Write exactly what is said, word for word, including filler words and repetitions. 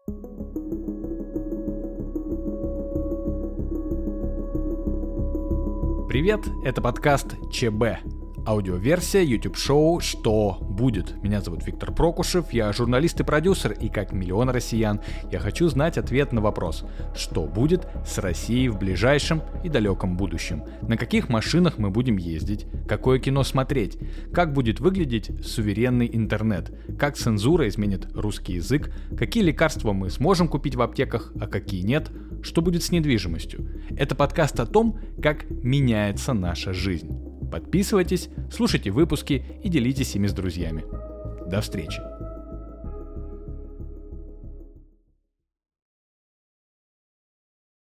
Привет, это подкаст ЧБ. Аудиоверсия YouTube-шоу «Что будет?». Меня зовут Виктор Прокушев, я журналист и продюсер, и как миллион россиян, я хочу знать ответ на вопрос, что будет с Россией в ближайшем и далеком будущем, на каких машинах мы будем ездить, какое кино смотреть, как будет выглядеть суверенный интернет, как цензура изменит русский язык, какие лекарства мы сможем купить в аптеках, а какие нет, что будет с недвижимостью. Это подкаст о том, как меняется наша жизнь. Подписывайтесь, слушайте выпуски и делитесь ими с друзьями. До встречи!